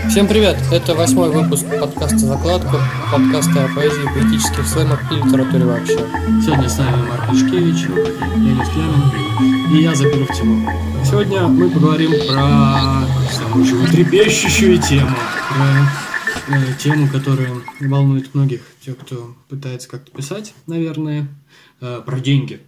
Всем привет! Это 8-й выпуск подкаста «Закладка», подкаста о поэзии, поэтических слэмах и литературе вообще. Сегодня с нами Марк Лешкевич, Леонид Клямин и я, Забиров Тимур. Сегодня мы поговорим про самую животрепещущую тему, про тему, которая волнует многих, тех, кто пытается как-то писать, наверное, про деньги.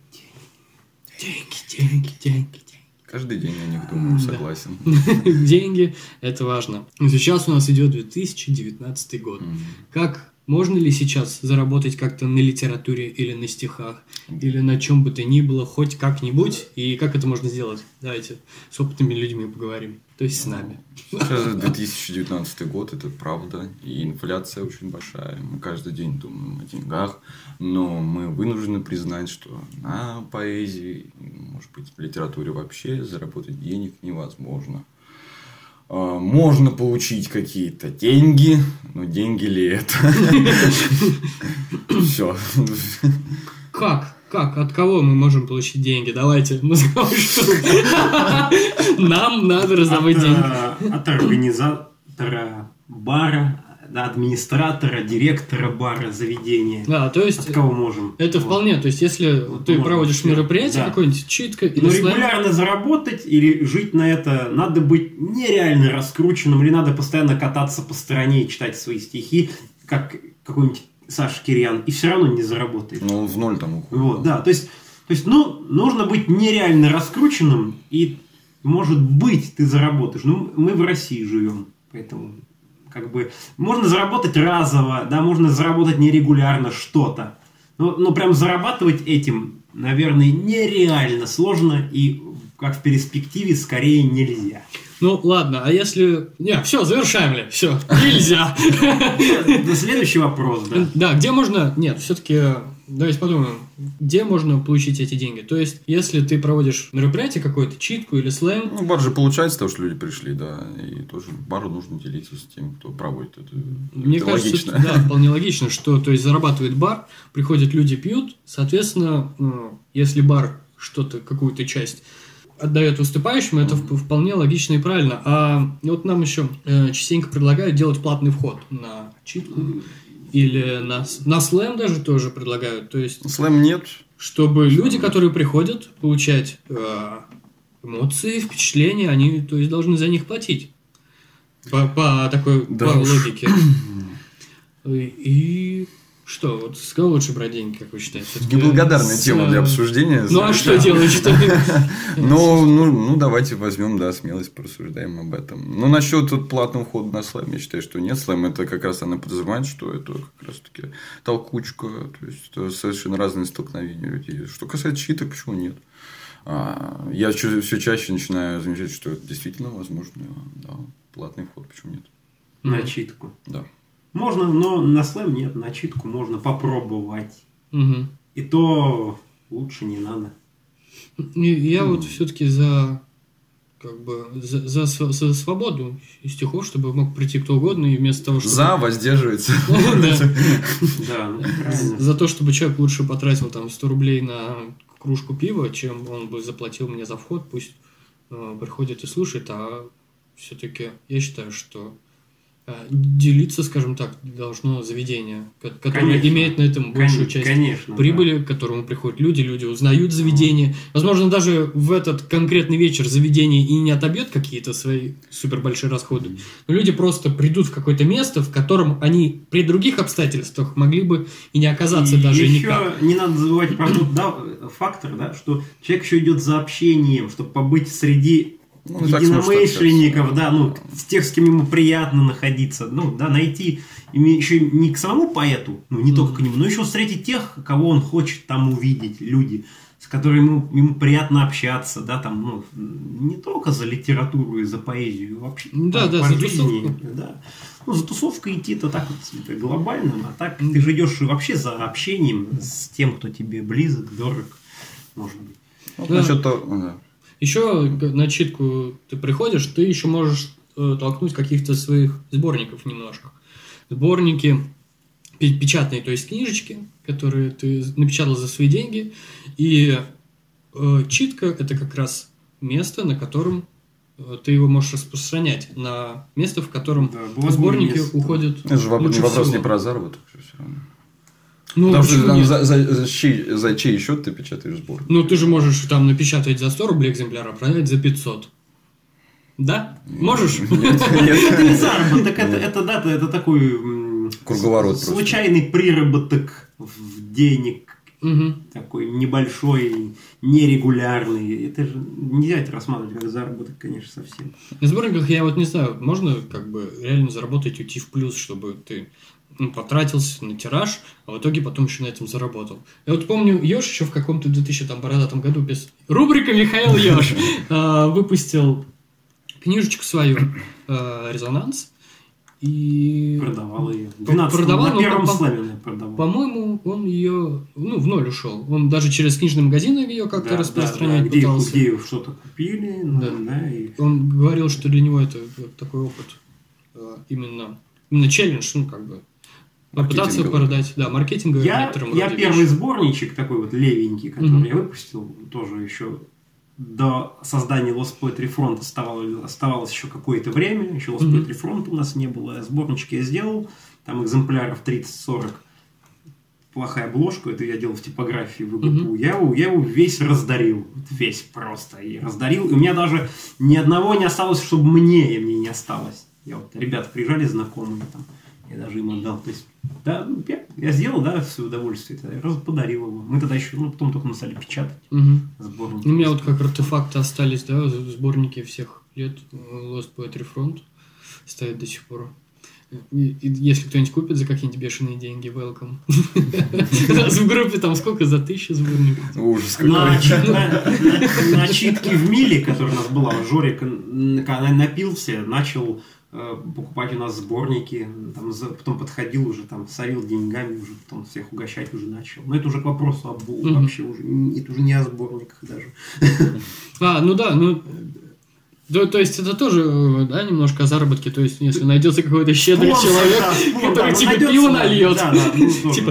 Деньги. Каждый день о них думаю, согласен. Деньги – это важно. Сейчас у нас идет 2019 год. Как можно ли сейчас заработать как-то на литературе или на стихах, или на чем бы то ни было, хоть как-нибудь? И как это можно сделать? Давайте с опытными людьми поговорим. То есть с нами. Сейчас 2019 год, это правда. И инфляция очень большая. Мы каждый день думаем о деньгах. Но мы вынуждены признать, что на поэзии, может быть, в литературе вообще заработать денег невозможно. Можно получить какие-то деньги, но деньги ли это? Все. Как? От кого мы можем получить деньги? Давайте, мозговой штурм. Нам надо раздавать деньги. От организатора бара, администратора, директора бара, заведения. Да, то есть... От кого можем? Это вполне, то есть, если ты проводишь мероприятие, какое-нибудь читка или но слэм... регулярно заработать или жить на это, надо быть нереально раскрученным, или надо постоянно кататься по стране и читать свои стихи, как какой-нибудь Саша Кирьян, и все равно не заработает. Ну, в ноль там уходит. Вот, да, то есть, нужно быть нереально раскрученным, и, может быть, ты заработаешь. Ну, мы в России живем, поэтому, как бы, можно заработать разово, да, можно заработать нерегулярно что-то. Но прям зарабатывать этим, наверное, нереально сложно, и, как в перспективе, скорее нельзя. Ну, ладно, а если... Не, все, завершаем ли? Все, нельзя. Следующий вопрос, да. Да, где можно... Нет, все-таки... Давайте подумаем, где можно получить эти деньги? То есть, если ты проводишь мероприятие какое-то, читку или слэм... Ну, бар же получается того, что люди пришли, да. И тоже бару нужно делиться с тем, кто проводит это. Мне кажется, логично. Да, вполне логично, что, то есть, зарабатывает бар, приходят люди, пьют, соответственно, если бар что-то, какую-то часть отдает выступающим, это вполне логично и правильно. А вот нам еще частенько предлагают делать платный вход на читку или на слэм даже тоже предлагают. То есть, слэм нет. Чтобы люди, которые приходят получать эмоции, впечатления, они, то есть, должны за них платить. По такой логике. И... Что, вот с кого лучше брать деньги, как вы считаете? Неблагодарная тема для обсуждения. Ну, а что делать? Ну, давайте возьмем, да, смелость, порассуждаем об этом. Ну, насчет платного входа на слэм, я считаю, что нет. Слэм, это как раз она подразумевает, что это как раз-таки толкучка, то есть, это совершенно разные столкновения людей. Что касается читок, почему нет? Я все чаще начинаю замечать, что это действительно возможно, да, платный вход, почему нет? На читку. Да. Можно, но на слэм нет, на читку можно попробовать. Угу. И то лучше не надо. Я вот все-таки за свободу стихов, чтобы мог прийти кто угодно, и вместо того, чтобы... воздерживается. Да, за то, чтобы человек лучше потратил там 100 рублей на кружку пива, чем он бы заплатил мне за вход, пусть приходит и слушает, а все-таки я считаю, что делиться, скажем так, должно заведение, которое имеет на этом большую часть прибыли, к которому приходят люди узнают заведение. Возможно, даже в этот конкретный вечер заведение и не отобьет какие-то свои супер большие расходы, но люди просто придут в какое-то место, в котором они при других обстоятельствах могли бы и не оказаться даже никак. Еще не надо забывать про тот фактор, да, что человек еще идет за общением, чтобы побыть среди единомышленников, да, с тех, с кем ему приятно находиться, найти еще не к самому поэту, не только к нему, но еще встретить тех, кого он хочет там увидеть, люди, с которыми ему приятно общаться, да, там, не только за литературу и за поэзию, вообще по жизни, да. За тусовкой идти-то так вот глобально, а так ты же идешь вообще за общением с тем, кто тебе близок, дорог, может быть. Насчет того, Еще на читку ты приходишь, ты еще можешь толкнуть каких-то своих сборников немножко. Сборники печатные, то есть книжечки, которые ты напечатал за свои деньги. И читка – это как раз место, на котором ты его можешь распространять на место, в котором было сборники место. уходят. Это же лучше вопрос всего. не про заработок, все равно. Ну, Потому что почему там нет? за чей счет ты печатаешь сборник? Ну, ты же можешь там напечатать за 100 рублей экземпляр, а продать за 500. Да? Можешь? Это не заработок, это такой Круговорот просто. случайный приработок в денег, такой небольшой, нерегулярный. Это же нельзя это рассматривать как заработок, конечно, совсем. На сборниках я вот не знаю, можно как бы реально заработать, уйти в плюс, чтобы ты потратился на тираж, а в итоге потом еще на этом заработал. Я вот помню, Ёж еще в каком-то 2000 году без... Рубрика «Михаил Ёж» выпустил книжечку свою «Резонанс». И Продавал ее. Продавал, на первом но, слэме продавал. по-моему, он ее в ноль ушел. Он даже через книжные магазины ее как-то распространять пытался. Где что-то купили, и... Он говорил, что для него это такой опыт. Именно челлендж, как бы. Попытаться продать, маркетинговый. Я первый сборничек такой вот левенький, который я выпустил, тоже еще до создания Lost Poetry Front оставалось еще какое-то время, еще Lost Poetry Front у нас не было, сборнички я сделал, там экземпляров 30-40, плохая обложка, это я делал в типографии в ИГПУ, я его весь раздарил, весь просто, и раздарил, и у меня даже ни одного не осталось, чтобы мне не осталось. Ребята приезжали знакомые там, я даже им отдал. То есть, да, я сделал, да, в свое удовольствие. Я подарил его. Мы тогда еще, потом только мы стали печатать сборники. У меня вот как артефакты остались, да, сборники всех лет Lost Poetry Front стоят до сих пор. И если кто-нибудь купит за какие-нибудь бешеные деньги, welcome. У нас в группе там сколько, за 1000 сборников? Ужас какой. Начитки в Миле, которая у нас была, Жорик, когда напился, начал покупать у нас сборники, там, потом подходил уже, там, сорил деньгами, уже потом всех угощать уже начал. Но это уже к вопросу об вообще уже, это уже не о сборниках даже. То есть это тоже, да, немножко о заработке. То есть, если найдется какой-то щедрый человек, который тебе пиво нальет, типа,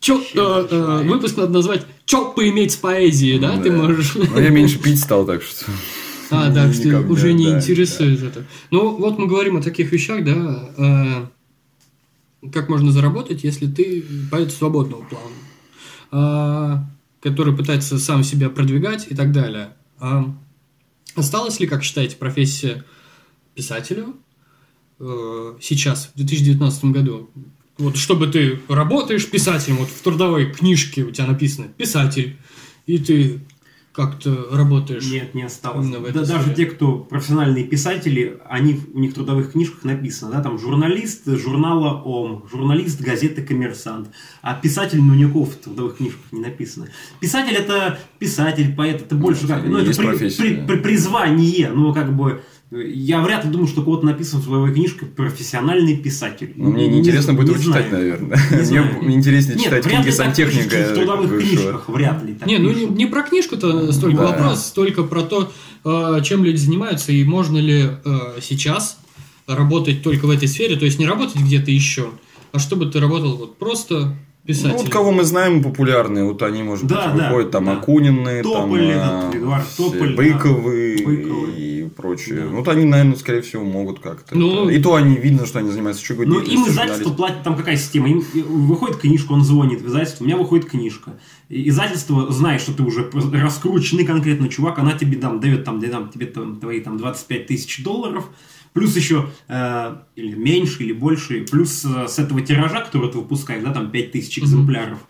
выпуск надо назвать «Чё поиметь с поэзией», да, ты можешь. Но я меньше пить стал, так что. Так что уже не интересует это. Ну, вот мы говорим о таких вещах, да, как можно заработать, если ты поэт свободного плана, который пытается сам себя продвигать и так далее. Осталась ли, как считаете, профессия писателя сейчас, в 2019 году? Вот чтобы ты работаешь писателем, вот в трудовой книжке у тебя написано «писатель», и ты как-то работаешь. Нет, не осталось. Даже те, кто профессиональные писатели, у них в трудовых книжках написано, да, там журналист журнала ОМ, журналист газеты «Коммерсант», а писатель у никого в трудовых книжках не написано. Писатель – это писатель, поэт, это больше как, это призвание, как бы. Я вряд ли думаю, что у кого-то написано в трудовой книжке профессиональный писатель. Мне неинтересно будет его читать, наверное. Мне интереснее читать книги сантехника. В трудовых книжках вряд ли. Не про книжку-то столько вопрос, столько про то, чем люди занимаются, и можно ли сейчас работать только в этой сфере, то есть не работать где-то еще, а чтобы ты работал вот просто писателем. Ну, вот кого мы знаем популярные, вот они, может быть, выходят, там Акунины, там Эдуард Тополь, Быковы и прочие. Вот они, наверное, скорее всего, могут как-то. И то они видно, что они занимаются чего-то. Ну, им издательство платит, там какая система. Им выходит книжка, он звонит в издательство, у меня выходит книжка. Издательство знает, что ты уже раскрученный конкретно чувак, она тебе дает тебе твои $25 000, плюс еще, или меньше, или больше, плюс с этого тиража, который ты выпускаешь, да, там 5000 экземпляров,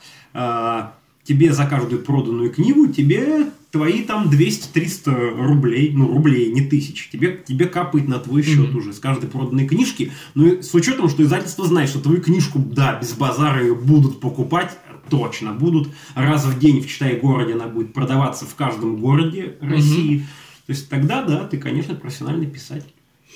тебе за каждую проданную книгу, тебе твои там 200-300 рублей, рублей, не тысяч, тебе капает на твой счет уже с каждой проданной книжки, и с учетом, что издательство знает, что твою книжку, да, без базара ее будут покупать, точно будут, раз в день в Читай-городе она будет продаваться в каждом городе России, то есть тогда, да, ты, конечно, профессиональный писатель.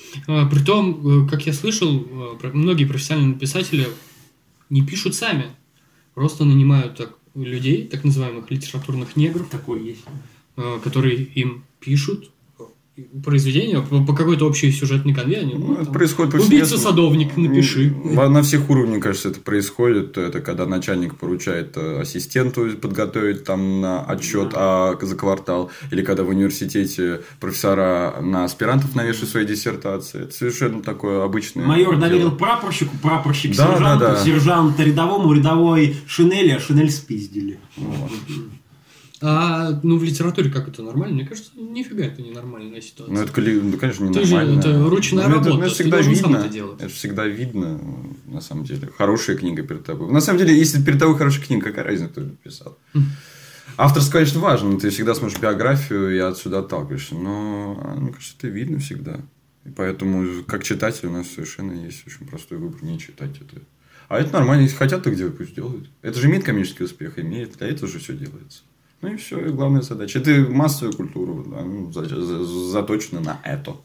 Притом, как я слышал, многие профессиональные писатели не пишут сами, просто нанимают людей, так называемых литературных негров, такое есть, которые им пишут произведения по какой-то общей сюжетной конве. Это происходит убийца-садовник, напиши. На всех уровнях, кажется, это происходит. Это когда начальник поручает ассистенту подготовить там на отчет за квартал. Или когда в университете профессора на аспирантов навешивают свои диссертации. Это совершенно такое обычное Майор доверил дело. прапорщику, прапорщик сержанту, сержант рядовому, рядовой шинели, а шинель спиздили. Вот. А в литературе как это нормально? Мне кажется, нифига это не нормальная ситуация. Это, конечно, не Ты же, нормально. это ручная работа, это всегда ты видно. сам это делать. Это всегда видно, на самом деле. Хорошая книга перед тобой. На самом деле, если перед тобой хорошая книга, какая разница, кто ее писал? Авторство, конечно, важно. Ты всегда смотришь биографию и отсюда отталкиваешься. Но, мне кажется, это видно всегда. И поэтому, как читатель, у нас совершенно есть очень простой выбор не читать это. А это нормально. Если хотят, то где пусть делают. Это же имеет коммерческий успех. Имеет. Для этого же все делается. Ну и все, и главная задача. Это массовая культура, заточена на это.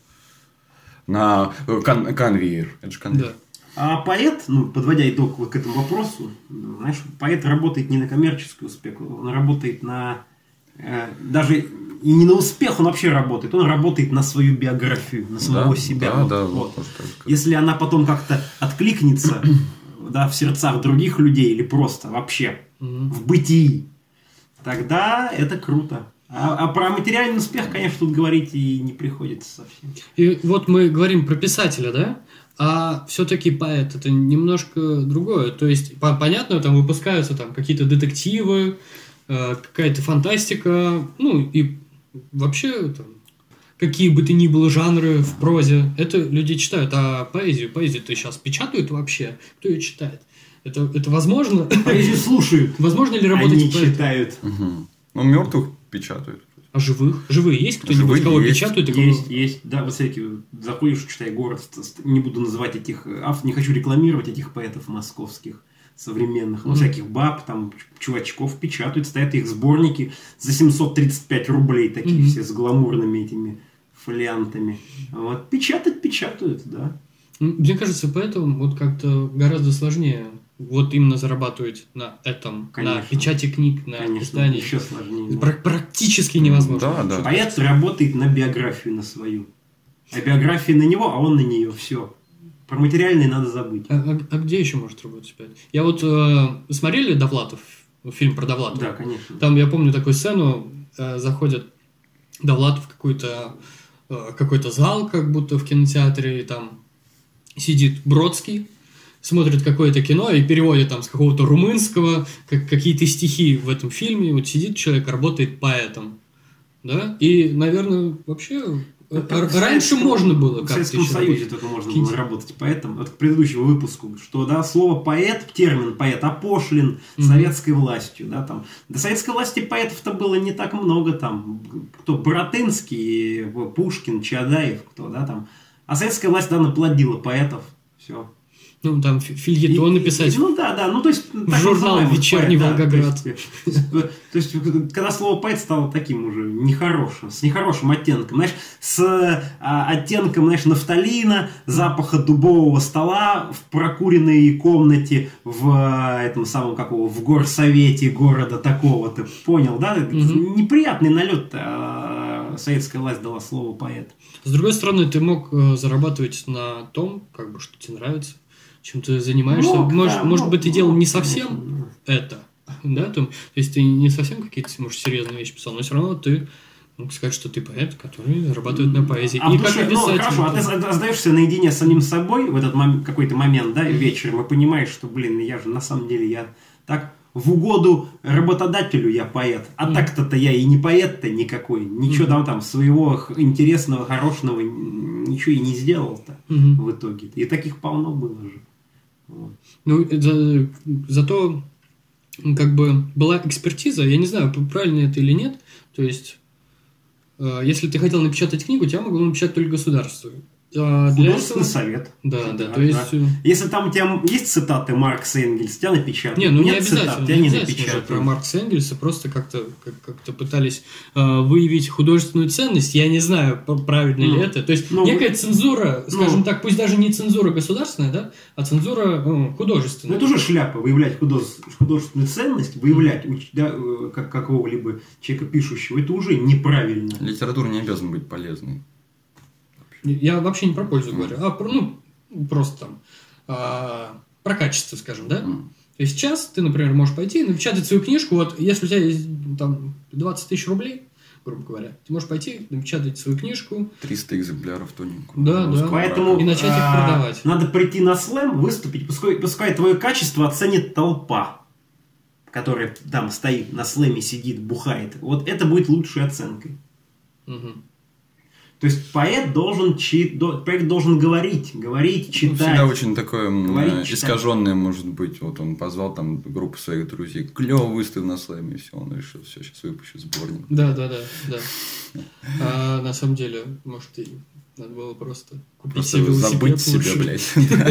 На конвейер. Это же конвейер. Да. А поэт, подводя итог к этому вопросу, знаешь, поэт работает не на коммерческий успех, он работает на... даже и не на успех он вообще работает, он работает на свою биографию, на самого себя. Да, вот. Если она потом как-то откликнется в сердцах других людей или просто вообще в бытии, тогда это круто. А про материальный успех, конечно, тут говорить и не приходится совсем. И вот мы говорим про писателя, да? А все-таки поэт это немножко другое. То есть, понятно, там выпускаются там какие-то детективы, какая-то фантастика, и вообще там, какие бы то ни было жанры в прозе. Это люди читают. А поэзию-то сейчас печатают вообще? Кто ее читает? Это возможно? Поэзию слушают. Возможно ли работать Они с поэтом? читают. Мертвых печатают. А живых? Живые есть кто-нибудь, кого печатают? Есть. Да, вот всякие. Заходишь, читай город. Не буду называть этих... Не хочу рекламировать этих поэтов московских современных. Но всяких баб, там, чувачков печатают. Стоят их сборники за 735 рублей. Такие все с гламурными этими фолиантами. Вот. Печатают, да. Мне кажется, поэтому вот как-то гораздо сложнее вот именно зарабатывать на этом, Конечно. на печати книг, на издании. Еще сложнее. Практически невозможно. Да. Поэт работает на биографию на свою. А биография на него, а он на нее. Все. Про материальное надо забыть. А где еще может работать поэт? Я вот смотрели Довлатов, фильм про Довлатова? Да, конечно. Там я помню такую сцену, заходит Довлатов в какой-то зал, как будто в кинотеатре, и там сидит Бродский, смотрит какое-то кино и переводит там с какого-то румынского какие-то стихи в этом фильме. Вот сидит человек, работает поэтом. Да? И, наверное, вообще раньше можно было как-то. В Советском Союзе только можно было работать поэтом. Вот к предыдущему выпуску, что слово поэт, термин поэт опошлен советской властью. Да, там. До советской власти поэтов-то было не так много. Там, кто Боротынский, Пушкин, Чаадаев, кто, да, там. А советская власть, наплодила поэтов. Все. Там фильетоны писать. То есть... В журнал «Вечерний Волгоград». То есть, когда слово поэт стало таким уже нехорошим, с нехорошим оттенком, знаешь, с оттенком, знаешь, нафталина, запаха дубового стола в прокуренной комнате в этом самом, в горсовете города такого-то, понял, да? Неприятный налет советская власть дала слово поэт. С другой стороны, ты мог зарабатывать на том, что тебе нравится, чем ты занимаешься. Может быть, ты делал не совсем это, да, то есть ты не совсем какие-то, может, серьезные вещи писал, но все равно ты мог сказать, что ты поэт, который зарабатывает на поэзии. И как писатель. Хорошо, а ты остаешься наедине с самим собой в этот какой-то момент, да, вечером, и понимаешь, что, я же на самом деле, я так... В угоду работодателю я поэт. А так-то я и не поэт-то никакой. Ничего там своего интересного, хорошего ничего и не сделал-то в итоге. И таких полно было же. Вот. Зато была экспертиза, я не знаю, правильно это или нет. То есть, если ты хотел напечатать книгу, тебя могло напечатать только государство. Художественный совет. Да. То есть... Если там у тебя есть цитаты Маркса и Энгельса, тебя напечатают. Не обязательно. Тебя не напечатают. Про Маркса и Энгельса просто как-то пытались выявить художественную ценность. Я не знаю, правильно ли это. То есть, некая цензура, скажем так, пусть даже не цензура государственная, да, а цензура художественная. Это уже шляпа, выявлять художественную ценность, выявлять какого-либо человека пишущего, это уже неправильно. Литература не обязана быть полезной. Я вообще не про пользу говорю, а просто там про качество, скажем, да? То есть сейчас ты, например, можешь пойти и напечатать свою книжку, вот если у тебя есть там 20 тысяч рублей, грубо говоря, ты можешь пойти напечатать свою книжку. 300 экземпляров тоненькую. Да. Поэтому и начать их продавать. Надо прийти на слэм, выступить, пускай твое качество оценит толпа, которая там стоит, на слэме сидит, бухает. Вот это будет лучшей оценкой. Угу. То есть поэт должен говорить, читать. Всегда очень такое говорить, искаженное может быть. Вот он позвал там группу своих друзей, клево выставил на слэме, и все, он решил, все, сейчас выпущу сборник. Да. А на самом деле, может, и надо было просто купить себе велосипед. Забыть себя,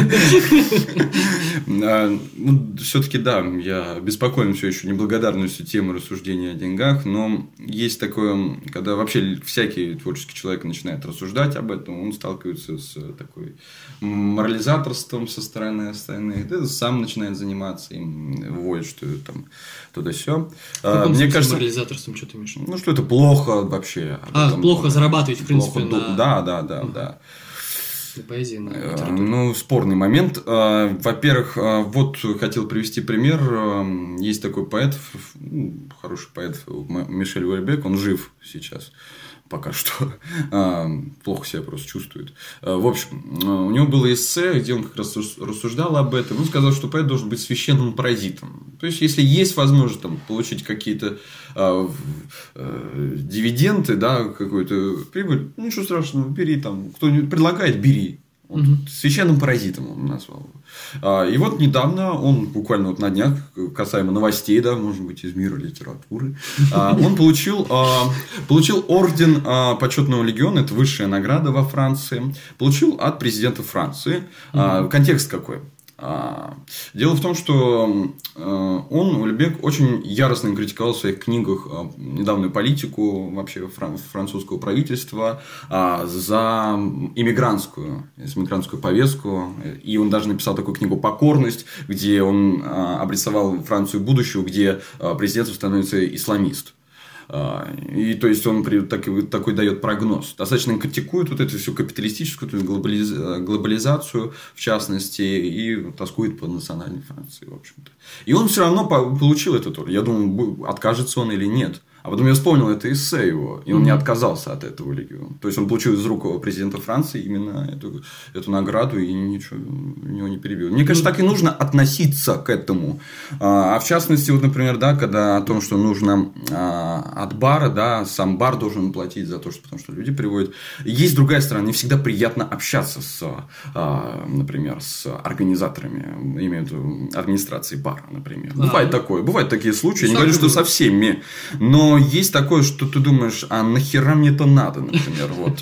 блядь. Все-таки, да, я обеспокоен все еще неблагодарностью темы рассуждения о деньгах, но есть такое, когда вообще всякий творческий человек начинает рассуждать об этом, он сталкивается с такой морализаторством со стороны остальных, да, сам начинает заниматься, им вводят, что там туда-сё. Мне кажется, морализаторством что ты имеешь? Ну, что это плохо вообще. Плохо зарабатывать, в принципе, Да. Поэзии, спорный момент. Во-первых, вот хотел привести пример. Есть такой поэт, хороший поэт Мишель Уэльбек, он жив сейчас. Пока что. Плохо себя просто чувствует. В общем, у него было эссе, где он как раз рассуждал об этом. Он сказал, что поэт должен быть священным паразитом. То есть, если есть возможность там, получить какие-то дивиденды, да, какую-то прибыль, ничего страшного, бери там. Кто-нибудь предлагает, бери. Вот, священным паразитом он назвал его. И вот недавно он, буквально вот на днях, касаемо новостей, да, может быть, из мира литературы, он получил орден почетного легиона, это высшая награда во Франции, получил от президента Франции. Контекст какой? Дело в том, что он, Уэльбек, очень яростно критиковал в своих книгах недавнюю политику вообще французского правительства за иммигрантскую повестку. И он даже написал такую книгу «Покорность», где он обрисовал Францию будущего, где президентом становится исламист. И то есть он такой дает прогноз. Достаточно критикует вот эту всю капиталистическую глобализацию, в частности, и тоскует по национальной Франции, в общем-то. И он все равно получил этот орден. Я думал, откажется он или нет. А потом я вспомнил это эссе его, и он не отказался от этого легиона. То есть он получил из рук президента Франции именно эту награду, и ничего у него не перебил. Мне кажется, так и нужно относиться к этому. А в частности, вот, например, да, когда о том, что нужно от бара, да, сам бар должен платить за то, потому что люди приводят. Есть другая сторона, не всегда приятно общаться например, с организаторами, имею в виду администрацией бара, например. Бывает такое, бывают такие случаи, я не говорю, что со всеми, но есть такое, что ты думаешь, а нахера мне это надо, например, вот.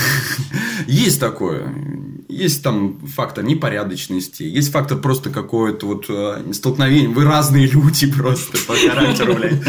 Есть такое. Есть там фактор непорядочности, есть фактор просто какое-то вот столкновение. Вы разные люди просто по характеру, блядь.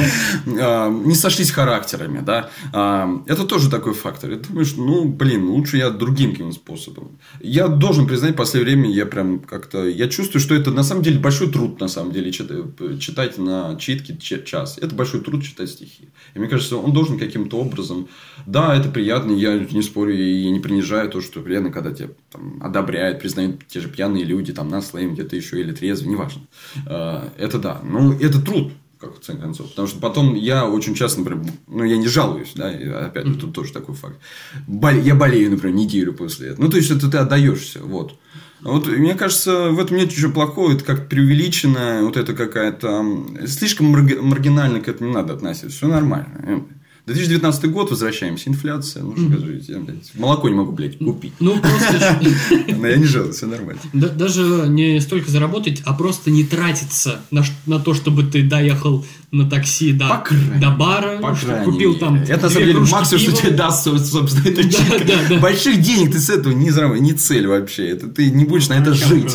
Не сошлись характерами, да. Это тоже такой фактор. И ты думаешь, лучше я другим каким-то способом. Я должен признать, в последнее время я прям как-то... Я чувствую, что это на самом деле большой труд, на самом деле, читать на читке час. Это большой труд читать стихи. И мне кажется, он должен каким-то образом... Да, это приятно, я не спорю и не принижаю то, что приятно, когда тебя там одобряют, признают те же пьяные люди, там, на слэме где-то еще или трезвый, неважно. Это да. Но это труд, как в конце концов. Потому что потом я очень часто, например, я не жалуюсь, да, и опять же, тут тоже такой факт. Я болею, например, неделю после этого. То есть, это ты отдаешься, вот. Вот, мне кажется, в этом нет ничего плохого, это как преувеличено, вот это какая-то... Слишком маргинально к этому не надо относиться, все нормально. 2019 год, возвращаемся, инфляция, скажите, я, молоко не могу, блядь, купить. Просто... Но я не жалуюсь, все нормально. Даже не столько заработать, а просто не тратиться на то, чтобы ты доехал на такси до бара, купил там. Это, на самом деле, максимум, что тебе даст, собственно, это чек. Больших денег ты с этого не цель вообще. Это ты не будешь на это жить.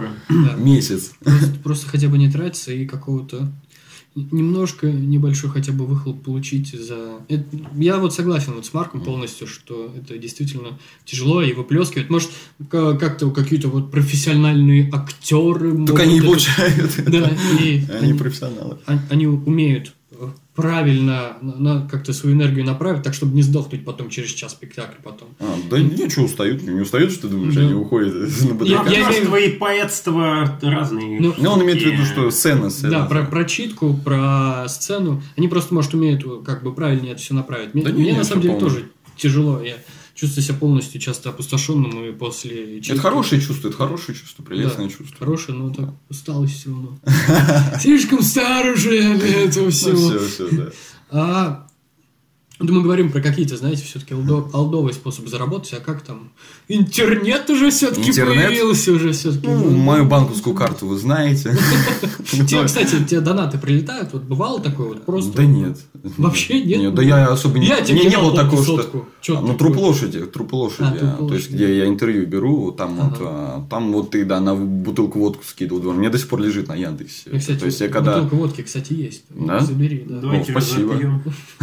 Месяц. Просто хотя бы не тратиться и какого-то... Немножко небольшой хотя бы выхлоп получить за... Я вот согласен вот с Марком полностью, что это действительно тяжело и выплескивает. Может, как-то какие-то вот профессиональные актеры... Только они не получают. Да, и они профессионалы. Они умеют правильно как-то свою энергию направить, так, чтобы не сдохнуть потом через час спектакля потом. Да ничего, устают. Не устают, что ты думаешь, они уходят на БДК? Твои поэтства разные. Ну, он имеет в виду, что сцена. Да, про читку, про сцену. Они просто, может, умеют как бы правильнее это все направить. Мне на самом деле тоже тяжело. Я чувствую себя полностью часто опустошенным и после читки. Это хорошее чувство, прелестное чувство. Хорошее, но так усталость все равно. Слишком стар уже для этого всего. Все, да. Мы говорим про какие-то, знаете, все-таки олдовые способы заработать, а как там? Интернет уже все-таки появился уже все-таки. Мою банковскую карту вы знаете. Кстати, тебе донаты прилетают? Вот бывало такое вот просто? Да нет. Вообще нет? Да я особо не было такого, что... Ну, труп лошади. То есть, где я интервью беру, там вот ты, на бутылку водку скидывал. Мне до сих пор лежит на Яндексе. Бутылка водки, кстати, есть. Забери. Спасибо.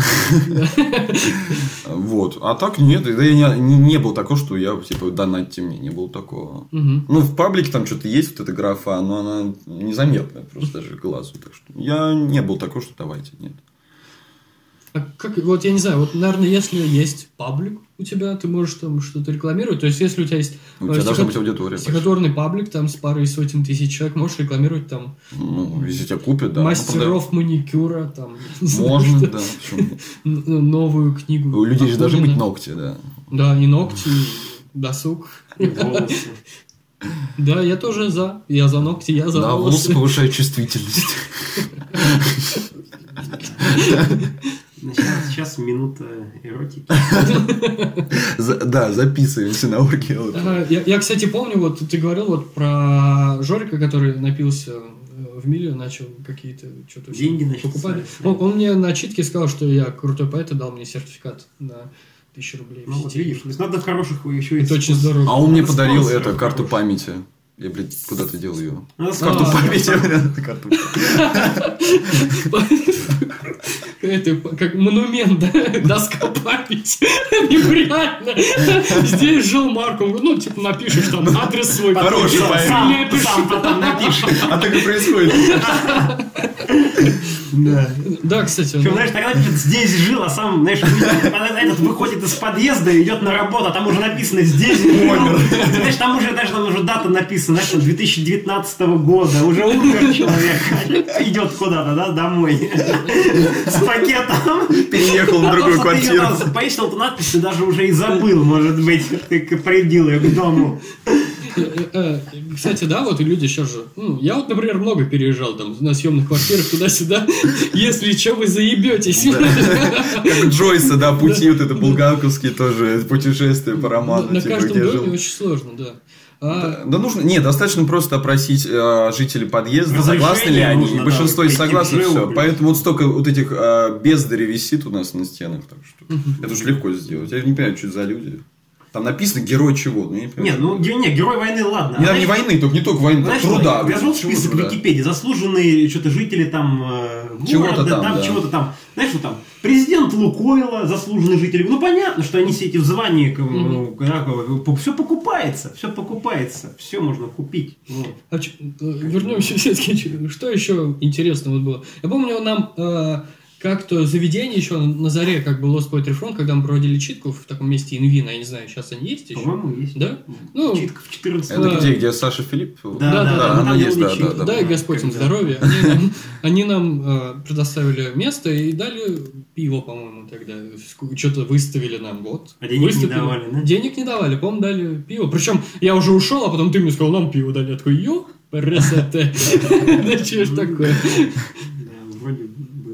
Вот. А так нет. Я не было такого, что я типа донатьте мне. Не было такого. Ну, в паблике там что-то есть, вот эта графа, но она незаметная просто даже глазу. Так что я не был такого, что давайте, нет. А как, вот я не знаю, вот, наверное, если есть паблик у тебя, ты можешь там что-то рекламировать. То есть, если у тебя есть должна быть аудитория, стихотворный паблик там с парой сотен тысяч человек, можешь рекламировать там если тебя купят, да. Мастеров маникюра, там. Можно, да. Новую книгу. У людей же должны быть ногти, да. Да, и ногти, и досуг. Волосы. Да, я тоже за. Я за ногти, я за волосы. Да, волосы повышают чувствительность. Сейчас минута эротики. Да, записываемся на оргию. Я, кстати, помню, вот ты говорил вот про Жорика, который напился в Миле, начал какие-то что-то деньги покупать. Он мне на читке сказал, что я крутой поэт, и дал мне сертификат на 1000 рублей. Ну, вот видишь, то есть надо хороших еще и... Это очень здорово. А он мне подарил карту памяти. Я, блядь, куда-то делал ее. Карту памяти. Это как монумент, да? Доска памяти. Нереально. Здесь жил Марк. Он говорит, типа, напишешь там адрес свой. Хороший поэт. Сам потом напишешь. А так и происходит. Да, кстати. Причем, знаешь, тогда пишет, здесь жил, а сам, знаешь, этот выходит из подъезда, идет на работу, а там уже написано, здесь умер. Знаешь, там уже дата написана, знаешь, 2019 года, уже умер человек, идет куда-то, да, домой, с пакетом. Переехал в другую квартиру. Повесил эту надпись, ты даже уже и забыл, может быть, ты придил ее к дому. Кстати, да, вот и люди сейчас же... я вот, например, много переезжал там на съемных квартирах туда-сюда. Если что, вы заебетесь. Как Джойса, да, пути вот это булгаковские тоже, путешествия по роману. На каждом доме очень сложно, да. Да нужно, нет, достаточно просто опросить жителей подъезда, согласны ли они, и большинство из согласны, все. Поэтому вот столько вот этих бездарей висит у нас на стенах, так что это уж легко сделать. Я не понимаю, что это за люди. Там написано герой чего? Нет, герой войны, ладно. Не войны, не только войны, труда. Я взял список в Википедии, заслуженные что-то жители там чего-то там, чего-то там. Знаешь, что там? Президент Лукойла, заслуженный житель. Ну, понятно, что они все эти в звании, все покупается, все можно купить. Вернемся все-таки, что еще интересного было? Я помню, нам... как-то заведение еще на заре, как бы Lost Poetry Front, когда мы проводили читку в таком месте Инвина, я не знаю, сейчас они есть еще? По-моему, есть. Да? Читка в 14 Это где Саша Филипп? Да, она есть, да. Дай Господь им здоровья. Они нам предоставили место и дали пиво, по-моему, тогда. Что-то выставили нам, вот. А денег не давали, да? Денег не давали, по-моему, дали пиво. Причем я уже ушел, а потом ты мне сказал, нам пиво дали. Я такой, красота. Да что ж такое? Да, вроде...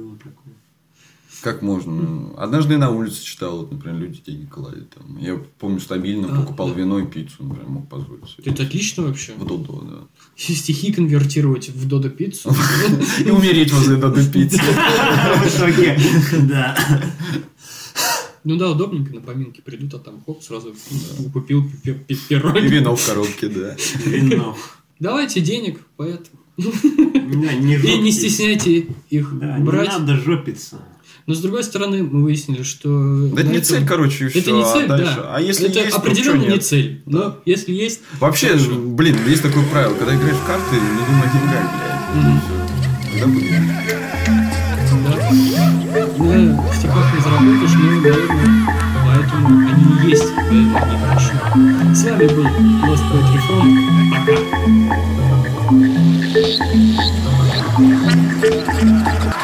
Как можно? Однажды я на улице читал, вот, например, люди денег клали. Там. Я помню, стабильно покупал вино и пиццу, например, мог позволить себе. Это отлично вообще. В Додо, да. Стихи конвертировать в Додо пиццу. И умереть возле Додо пиццы. В итоге, да. Ну да, удобненько, на поминки придут, а там хоп, сразу купил пепперони. И вино в коробке, да. Вино. Давайте денег, поэтому. И не стесняйте их брать. Не надо жопиться. Но с другой стороны, мы выяснили, что... Да это не цель, короче, и все. Это не цель, да. А если это есть, определенно то не цель. Но если есть... Вообще, есть такое правило. Когда играешь в карты, не думай о деньгах, блядь. Тогда будет. да. На стихах не заработаешь, но, наверное, поэтому они и есть, поэтому они хороши. С вами был Lost Poetry Phone. Пока.